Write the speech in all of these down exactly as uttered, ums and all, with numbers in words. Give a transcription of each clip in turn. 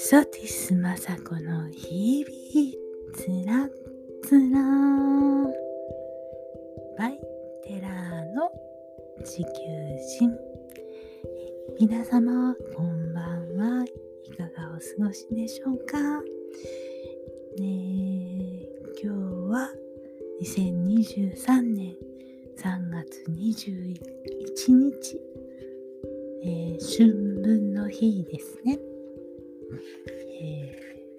ソティスマサコの日々つらつらバイテラーの地球人。皆様こんばんは。いかがお過ごしでしょうか。ねえ、今日はにせんにじゅうさんねんさんがつにじゅういちにち、えー、春分の日ですね。え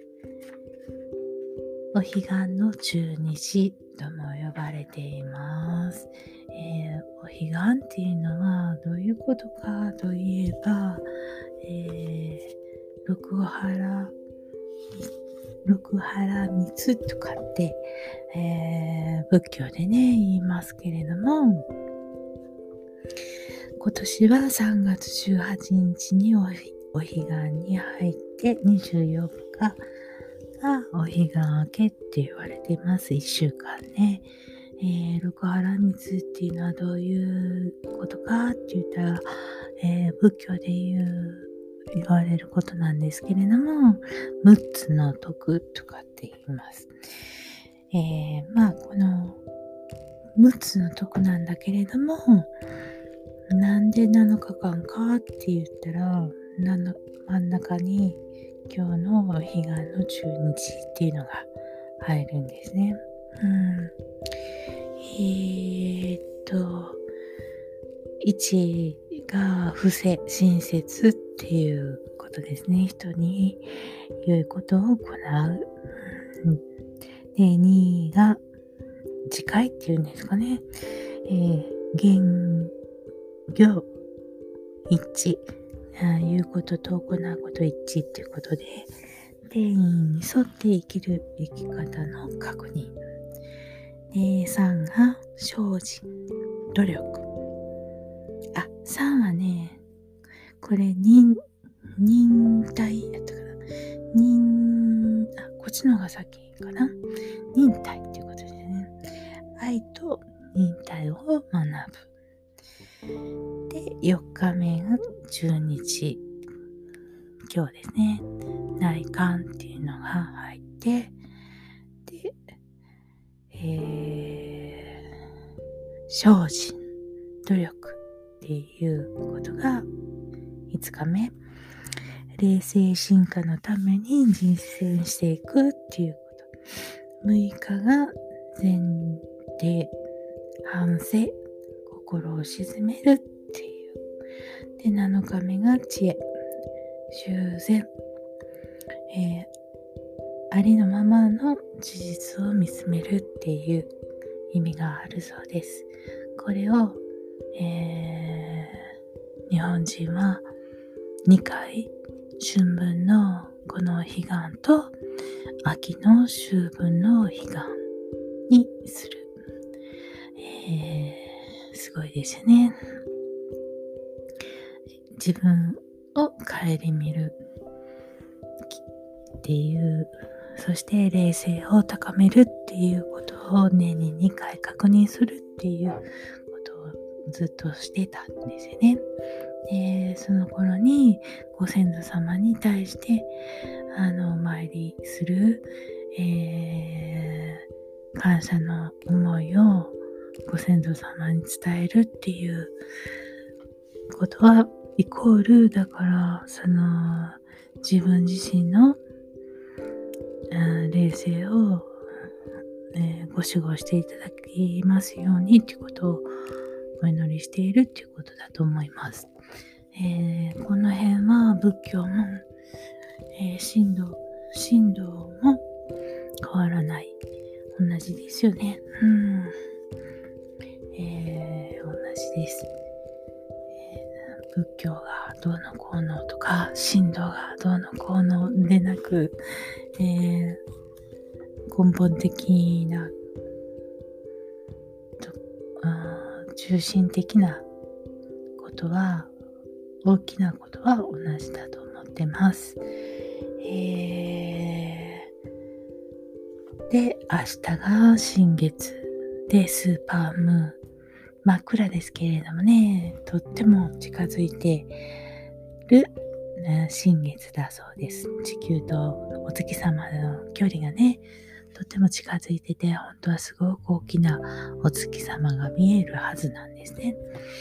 ー、お彼岸の十二支とも呼ばれています。えー、お彼岸っていうのはどういうことかといえば、えー、六原六原蜜とかって、えー、仏教でね言いますけれども、今年はさんがつじゅうはちにちにおお彼岸に入ってにじゅうよっかがお彼岸明けって言われています。いっしゅうかんね。えー、六原蜜っていうのはどういうことかって言ったら、えー、仏教で言う言われることなんですけれども、むっつの徳とかって言います。えー、まあこのむっつの徳なんだけれども、なんでなのかかんかって言ったら、なの真ん中に今日のお彼岸の中日っていうのが入るんですね。うん、えー、っといちが伏せ親切っていうことですね。人に良いことを行う。うん、でにが自戒っていうんですかね。えー、言行一致、言うことと行うこと一致っていうことで、定義に沿って生きる生き方の確認。で、さんが精進、努力。あ、さんはね、これ忍忍耐やったかな。忍あこっちの方が先かな。忍耐っていうことですね。愛と忍耐を学ぶ。で、よっかめが十日、今日ですね。内観っていうのが入って、で、えー、精進、努力っていうことがいつかめ。冷静進化のために実践していくっていうこと。むいかが前提、反省、心を鎮めるっていう。で、なのかめが知恵、修繕、えー、ありのままの事実を見つめるっていう意味があるそうです。これを、えー、日本人はにかい、春分のこの彼岸と秋の秋分の彼岸にする。えー、すごいですよね。自分を顧みるっていう、そして冷静を高めるっていうことを年ににかい確認するっていうことをずっとしてたんですよね。で、その頃にご先祖様に対してあのお参りする、えー、感謝の思いをご先祖様に伝えるっていうことはイコールだから、その自分自身の霊性を、えー、ご守護していただきますようにっていうことをお祈りしているっていうことだと思います。えー、この辺は仏教も、えー、神道神道も変わらない、同じですよね。うん、えー、同じです。えー、仏教がどうのこうのとか神道がどうのこうのでなく、えー、根本的なとあ中心的なことは、大きなことは同じだと思ってます。えー、で、明日が新月でスーパームーン、真っ暗ですけれどもね、とっても近づいてるね、新月だそうです。地球とお月様の距離がね、とても近づいてて、本当はすごく大きなお月様が見えるはずなんですね。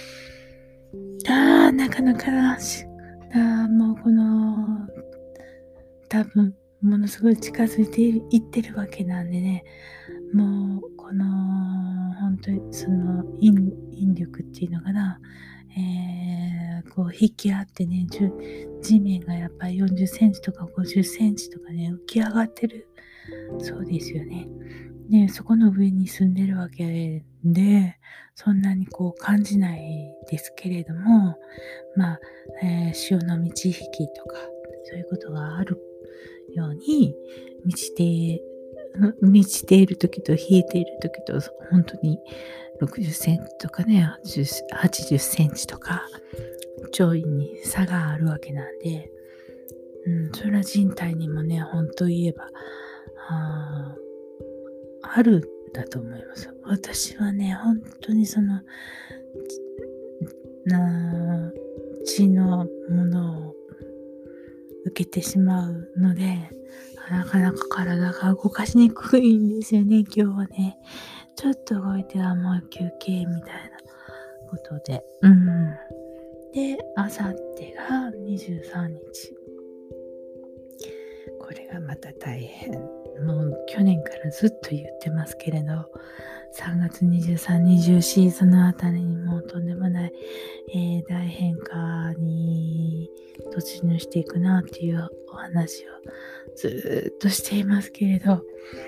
あー、なかなかし、あーもうこの、多分、ものすごい近づいていってるわけなんでね、もう、この、本当にその引、引力っていうのかな、えー、こう引き合ってね、地面がやっぱりよんじゅっセンチとかごじゅっセンチとかね、浮き上がってるそうですよね。で、そこの上に住んでるわけで、そんなにこう感じないですけれども、まあ、えー潮の満ち引きとか、そういうことがあるように、満ちて、うん満ちている時と冷えている時と、本当にろくじゅっセンチとかね、はちじゅっセンチとか、ちょいに差があるわけなんで、うん、それは人体にもね、本当言えば、あーあるんだと思います。私はね、本当にその、な血のものを受けてしまうので、なかなか体が動かしにくいんですよね、今日はね。ちょっと動いてはもう休憩みたいなことで。うん。で、あさってがにじゅうさんにち。これがまた大変。もう去年からずっと言ってますけれど、さんがつにじゅうさん、にじゅうよんそのあたりにもうとんでもない、えー大変化に突入していくなっていうお話をずっとしていますけれど、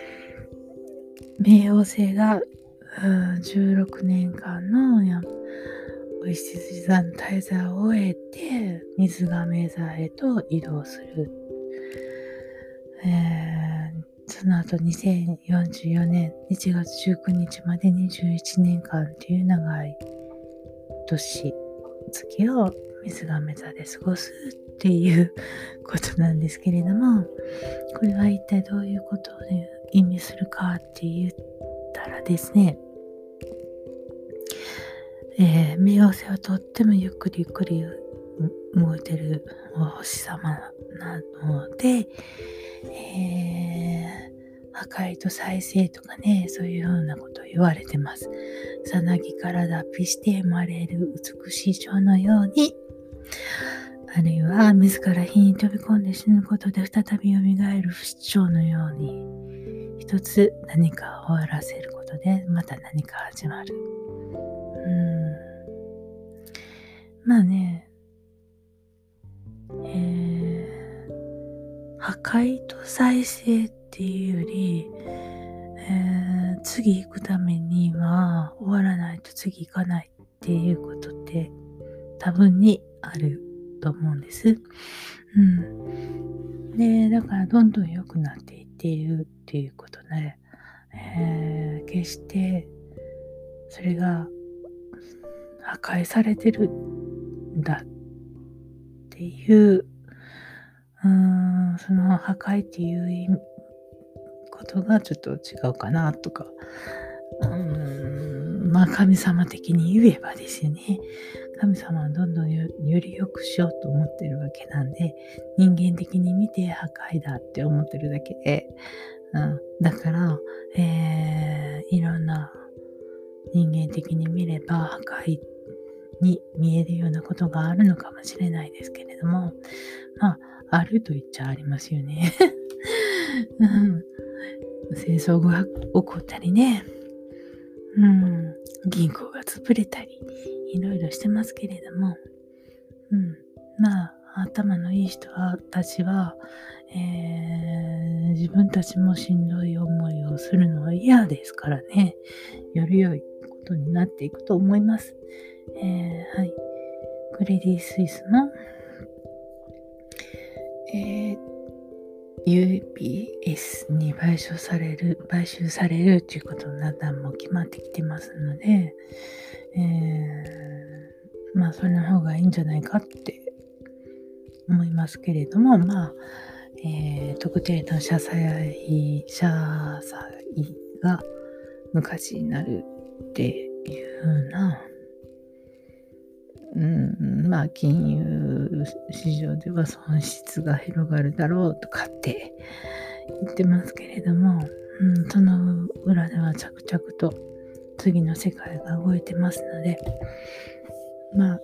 冥王星がうんじゅうろくねんかんのやお羊座の滞在を終えて水亀座へと移動する。えーその後にせんよんじゅうよねんいちがつじゅうくにちまでにじゅういちねんかんという長い年月を水亀座で過ごすっていうことなんですけれども、これは一体どういうことを、ね、意味するかって言ったらですね、えー、冥王星はとってもゆっくりゆっくり動いてるお星様なので、えー破壊と再生とかね、そういうようなことを言われてます。さなぎから脱皮して生まれる美しい蝶のように、あるいは自ら火に飛び込んで死ぬことで再び蘇る不死鳥のように、一つ何かを終わらせることでまた何か始まる。うーんまあね、えー破壊と再生っていうより、えー次行くためには終わらないと次行かないっていうことって多分にあると思うんです。うん。で、だからどんどん良くなっていっているっていうことで、えー決してそれが破壊されてるんだっていう、うーん、その破壊っていう意味ことがちょっと違うかなとか、うーん、まあ神様的に言えばですよね。神様はどんどん よ, より良くしようと思ってるわけなんで、人間的に見て破壊だって思ってるだけで、うん、だから、えー、いろんな人間的に見れば破壊に見えるようなことがあるのかもしれないですけれども、まあ、あると言っちゃありますよね。うん戦争が起こったりね、うん、銀行が潰れたり、いろいろしてますけれども、うん、まあ、頭のいい人たちは、えー、自分たちもしんどい思いをするのは嫌ですからね、より良いことになっていくと思います。えー、はい。クレディ・スイスの、えー ユービーエス に買収される、買収されるということにだんだんもう決まってきてますので、えー、まあそれの方がいいんじゃないかって思いますけれども、まあ、えー、特定の社債、社債が昔になるっていうふうなうん、まあ金融市場では損失が広がるだろうとかって言ってますけれども、うん、その裏では着々と次の世界が動いてますので、まあ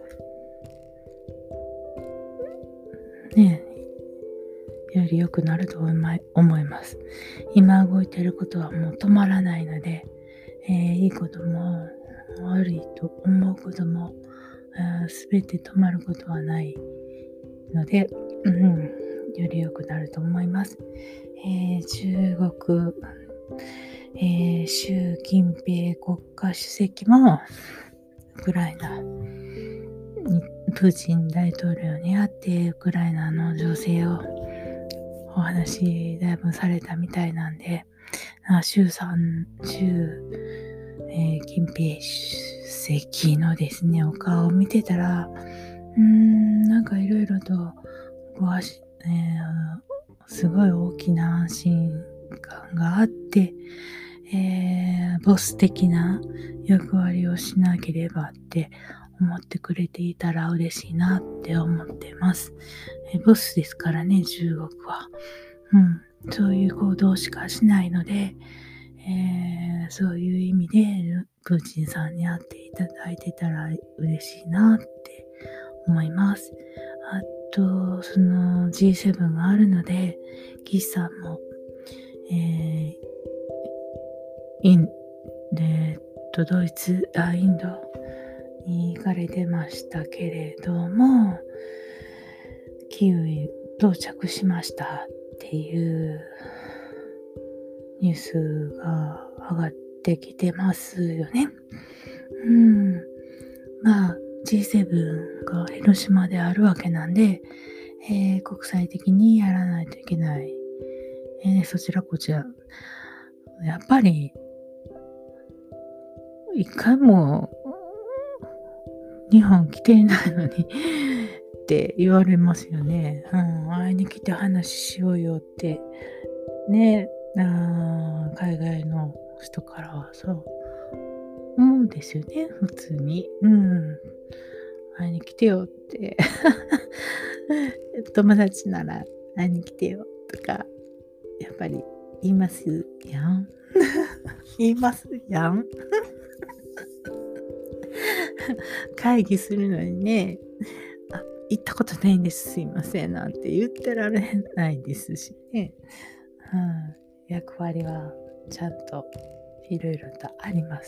ね、より良くなると思います。今動いていることはもう止まらないので、えー、いいことも悪いと思うこともすべて止まることはないので、うん、より良くなると思います。えー、中国、えー、習近平国家主席もウクライナにプーチン大統領に会ってウクライナの情勢をお話だいぶされたみたいなんで、習さん、習、えー、近平主席のですね、お顔を見てたら、うーん、なんかいろいろとご足、えー、すごい大きな安心感があって、えー、ボス的な役割をしなければって思ってくれていたら嬉しいなって思ってます。えー、ボスですからね、中国は。うん、そういう行動しかしないので、えー、そういう意味でプーチンさんに会っていただいてたら嬉しいなって思います。あと、その ジーセブン があるので、岸さんも、えー、インでとドイツあインドに行かれてましたけれども、キーウへ到着しましたっていうニュースが上がってきてますよね。うん。まあ ジーセブン が広島であるわけなんで、えー、国際的にやらないといけない。えー、そちらこちら。やっぱり一回も日本来ていないのにって言われますよね。うん、会いに来て話しようよってね、あ海外の人からはそう思うんですよね、普通に。うん、会いに来てよって友達なら会いに来てよとかやっぱり言いますやん。言いますやん。会議するのにね、あ、行ったことないんです、すいませんなんて言ってられないですしね。うん、役割はちゃんといろいろとあります。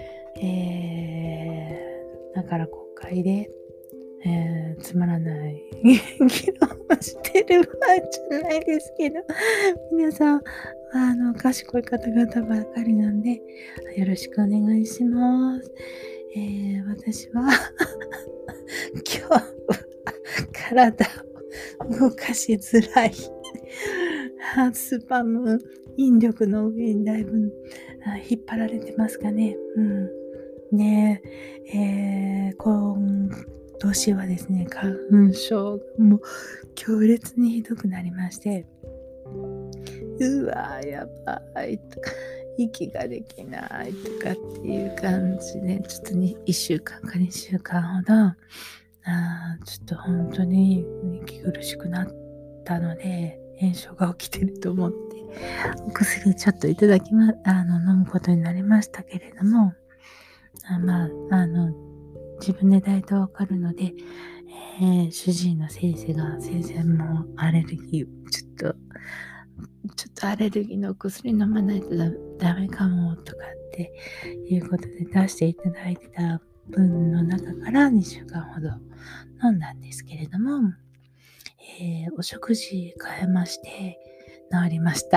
えー、だから国会で、えー、つまらない議論をしてる場合じゃないですけど、皆さん、あの、賢い方々ばかりなんで、よろしくお願いします。えー、私は今日体を動かしづらいスパム引力の上にだいぶ引っ張られてますかね。うん。ねえ、えー、今年はですね、花粉症がもう強烈にひどくなりまして、うわーやばいとか、息ができないとかっていう感じで、ちょっとにいっしゅうかんかにしゅうかんほど、あちょっと本当に息苦しくなったので、炎症が起きてると思って、お薬ちょっといただきま、あの、飲むことになりましたけれども、あまあ、あの、自分で大体わかるので、えー、主治医の先生が、先生もアレルギー、ちょっと、ちょっとアレルギーの薬飲まないとダダメかもとかっていうことで出していただいてた分の中からにしゅうかんほど飲んだんですけれども、えー、お食事変えまして治りました。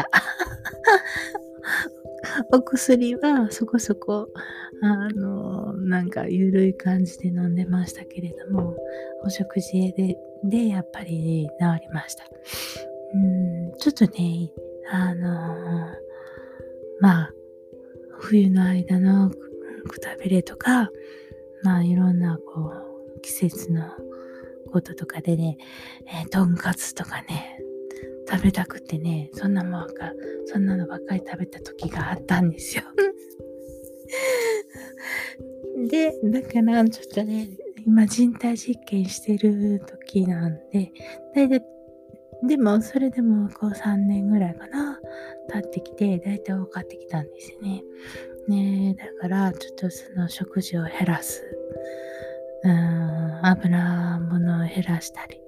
お薬はそこそこあのなんかゆるい感じで飲んでましたけれども、お食事ででやっぱり治りました。うーんちょっとね、あのー、まあ冬の間のくたびれとか、まあいろんなこう季節のこととかでね、えー、とんかつとかね食べたくてね、そんなもんかそんなのばっかり食べた時があったんですよ。で、だからちょっとね、 今人体実験してる時なんで、だいたい、でもそれでもこうさんねんぐらいかな、経ってきて、だいたい分かってきたんですよね。ねえ、だからちょっとその食事を減らす。うーん、油物を減らしたり、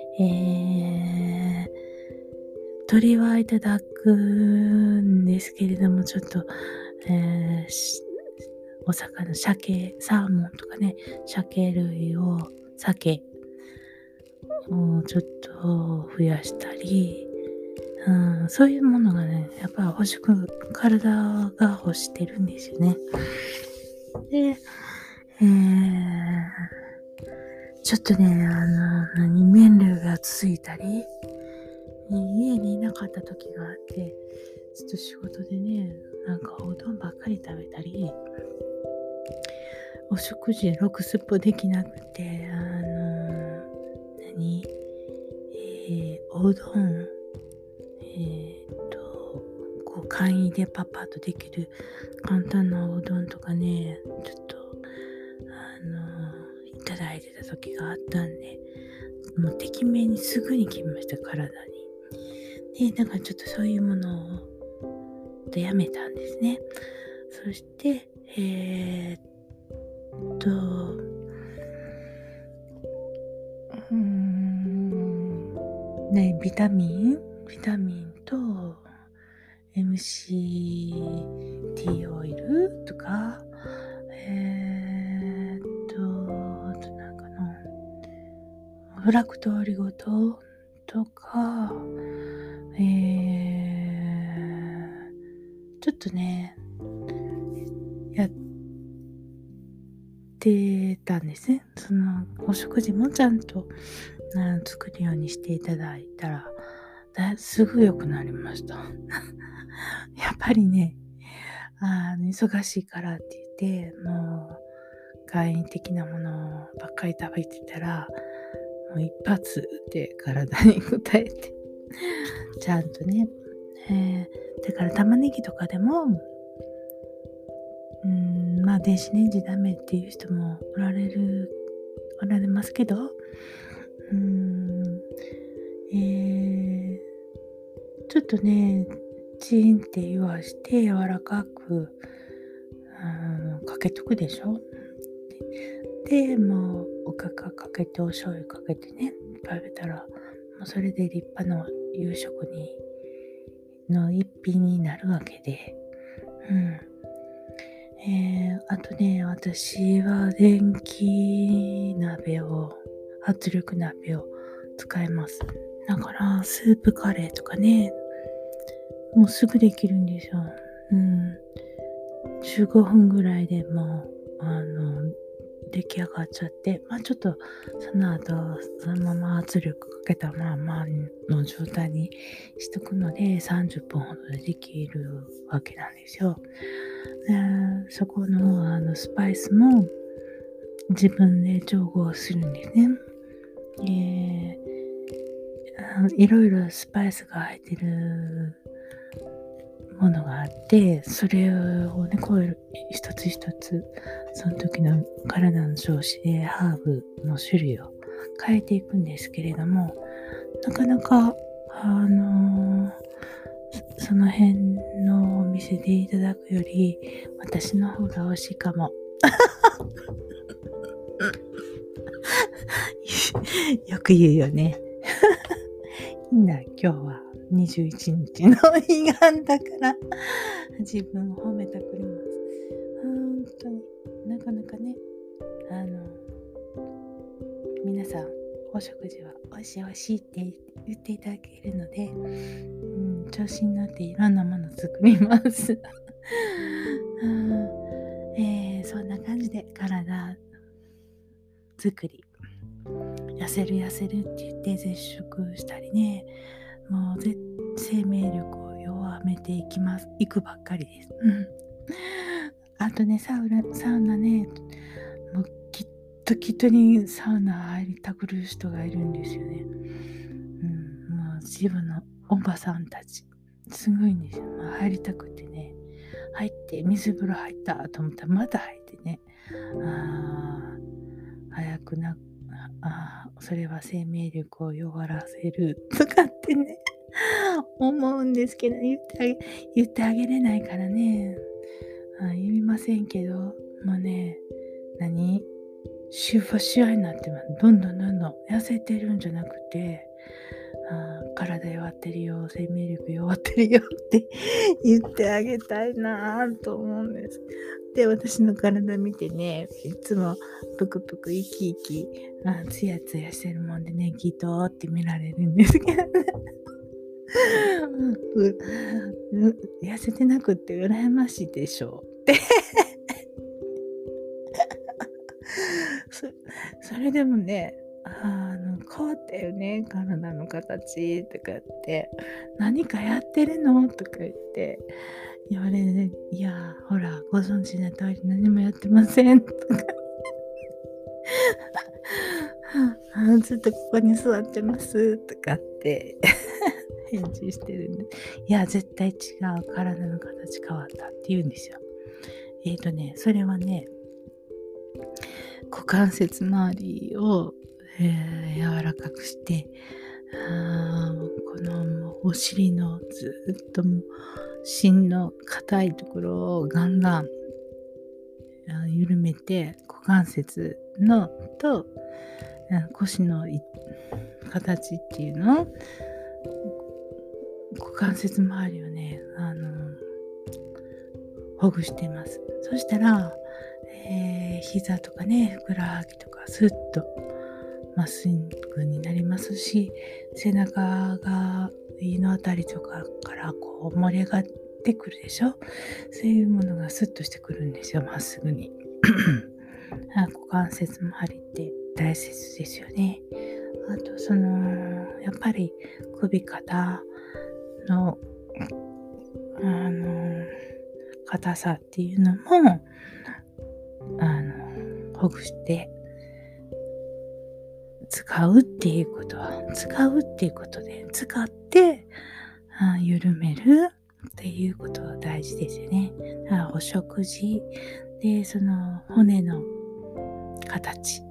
えー、鶏はいただくんですけれども、ちょっと、えー、お魚、鮭、サーモンとかね、鮭類を、鮭をちょっと増やしたり、うん、そういうものがね、やっぱり欲しく、体が欲してるんですよね。で、えー、ちょっとね、あの、何、麺類がついたり、家にいなかった時があって、ちょっと仕事でね、なんかおうどんばっかり食べたり、お食事ろくすっぽできなくて、あの、何、えー、おうどん、えー、っと、こう簡易でパパッとできる簡単なおうどんとかね、ちょっと、あの、いただいてた時があったんで、もうてきめんにすぐに来ました、体に。で、だからちょっとそういうものをやめたんですね。そして、えー、っと、うーん、ね、ビタミンビタミンと エムシーティー オイルとか、えー、っと、あとなんかな、フラクトオリゴ糖とか、えー、ちょっとね、やってたんですね。そのお食事もちゃんと作るようにしていただいたら、だすぐ良くなりました。やっぱりね、あの忙しいからって言って、もう簡易的なものばっかり食べてたら、もう一発で体に応えて、ちゃんとね、えー、だから玉ねぎとかでも、うーん、まあ電子レンジダメっていう人もおられる、おられますけど、うーん、えー、ちょっとね、チーンって言わして柔らかく、うん、かけとくでしょ。で、もうおかかかけてお醤油かけてね、食べたら、もうそれで立派な夕食にの一品になるわけで、うん。えー、あとね、私は電気鍋を、圧力鍋を使います。だから、スープカレーとかね、もうすぐできるんですよ。うん。じゅうごふんぐらいでもう、あの、出来上がっちゃって、まあちょっと、その後、そのまま圧力かけたままの状態にしとくので、さんじゅっぷんほどでできるわけなんですよ。でそこの、あのスパイスも自分で調合するんですね。えー、いろいろスパイスが入ってるものがあって、それをね、こう一つ一つその時の体の調子でハーブの種類を変えていくんですけれども、なかなかあのー、その辺のお店でいただくより私の方が美味しいかも。よく言うよね。いいんだ、今日はにじゅういちにちの彼岸だから自分を褒めたくります。本当になかなかね、あの皆さんお食事はおいしいおいしいって言っていただけるので、うん、調子に乗っていろんなもの作ります、うん、えー、そんな感じで体作り、痩せる痩せるって言って絶食したりね、もう生命力を弱めていきますいくばっかりです、うん、あとね、サウナサウナね、もうきっときっとにサウナ入りたくる人がいるんですよね。うん、もう自分のおばさんたちすごいんですよ。まあ、入りたくてね、入って水風呂入ったと思ったらまた入ってね、あ早くな、ああ、それは生命力を弱らせるとかってね、思うんですけど、言ってあげ、言ってあげれないからね、あ言いませんけど、もうね、何シュワシワになってます。どんどんどんどん痩せてるんじゃなくて、あ体弱ってるよ、生命力弱ってるよって言ってあげたいなぁと思うんです。で、私の体見てね、いつもぷくぷく生き生き、あツヤツヤしてるもんでね、ギトーって見られるんですけどね。うう痩せてなくって羨ましいでしょってそそれでもね、あの変わったよね、体の形とかって何かやってるのとか言って言われる。いやほらご存知の通り何もやってませんとかずっとここに座ってますとかって返事してるんで、いや絶対違う、体の形変わったって言うんですよ。えーとねそれはね、股関節周りを、えー柔らかくして、あこのもうお尻のずっともう芯の硬いところをガンガン緩めて、股関節のと腰の形っていうの、股関節周りをね、あのほぐしています。そしたら、えー、膝とかね、ふくらはぎとかスッとまっすぐになりますし、背中が胃のあたりとかからこう盛り上がってくるでしょ。そういうものがスッとしてくるんですよ、まっすぐに。股関節周りって大切ですよね。あとそのやっぱり首肩のあの硬さっていうのもあのほぐして使うっていうことは使うっていうことで使ってあ緩めるっていうことは大事ですよね。だからお食事でその骨の形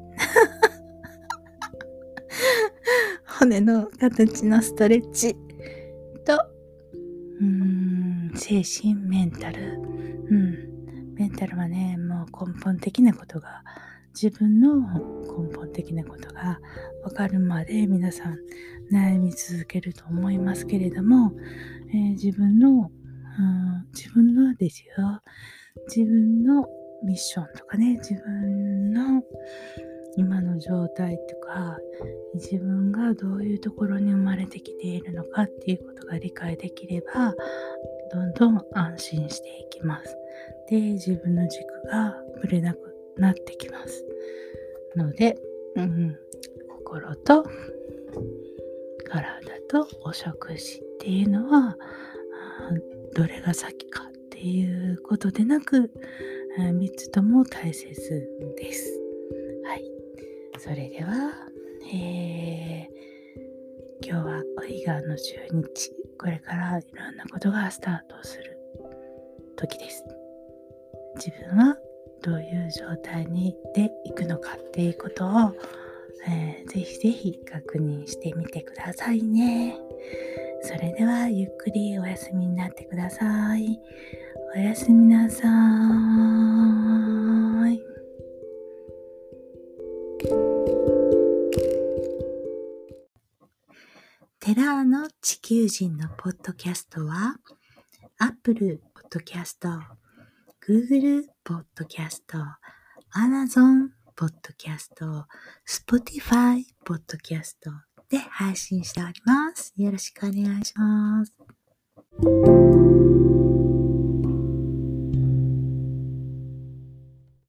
骨の形のストレッチとうーん精神メンタル、うんメンタルはね、もう根本的なことが自分の根本的なことが分かるまで皆さん悩み続けると思いますけれども、えー、自分の、うん、自分のですよ、自分のミッションとかね、自分の今の状態とか、自分がどういうところに生まれてきているのかっていうことが理解できれば、どんどん安心していきます。で、自分の軸がぶれなくなってきますので、うん、心と体とお食事っていうのはどれが先かっていうことでなく、みっつとも大切です。はい、それでは、えー、今日はお彼岸のじゅうにち、これからいろんなことがスタートする時です。自分はどういう状態にでいくのかっていうことを、えー、ぜひぜひ確認してみてくださいね。それではゆっくりお休みになってください。おやすみなさーい。テラーの地球人のポッドキャストは Apple Podcast、Google Podcast、Amazon Podcast、Spotify Podcast で配信しております。よろしくお願いします。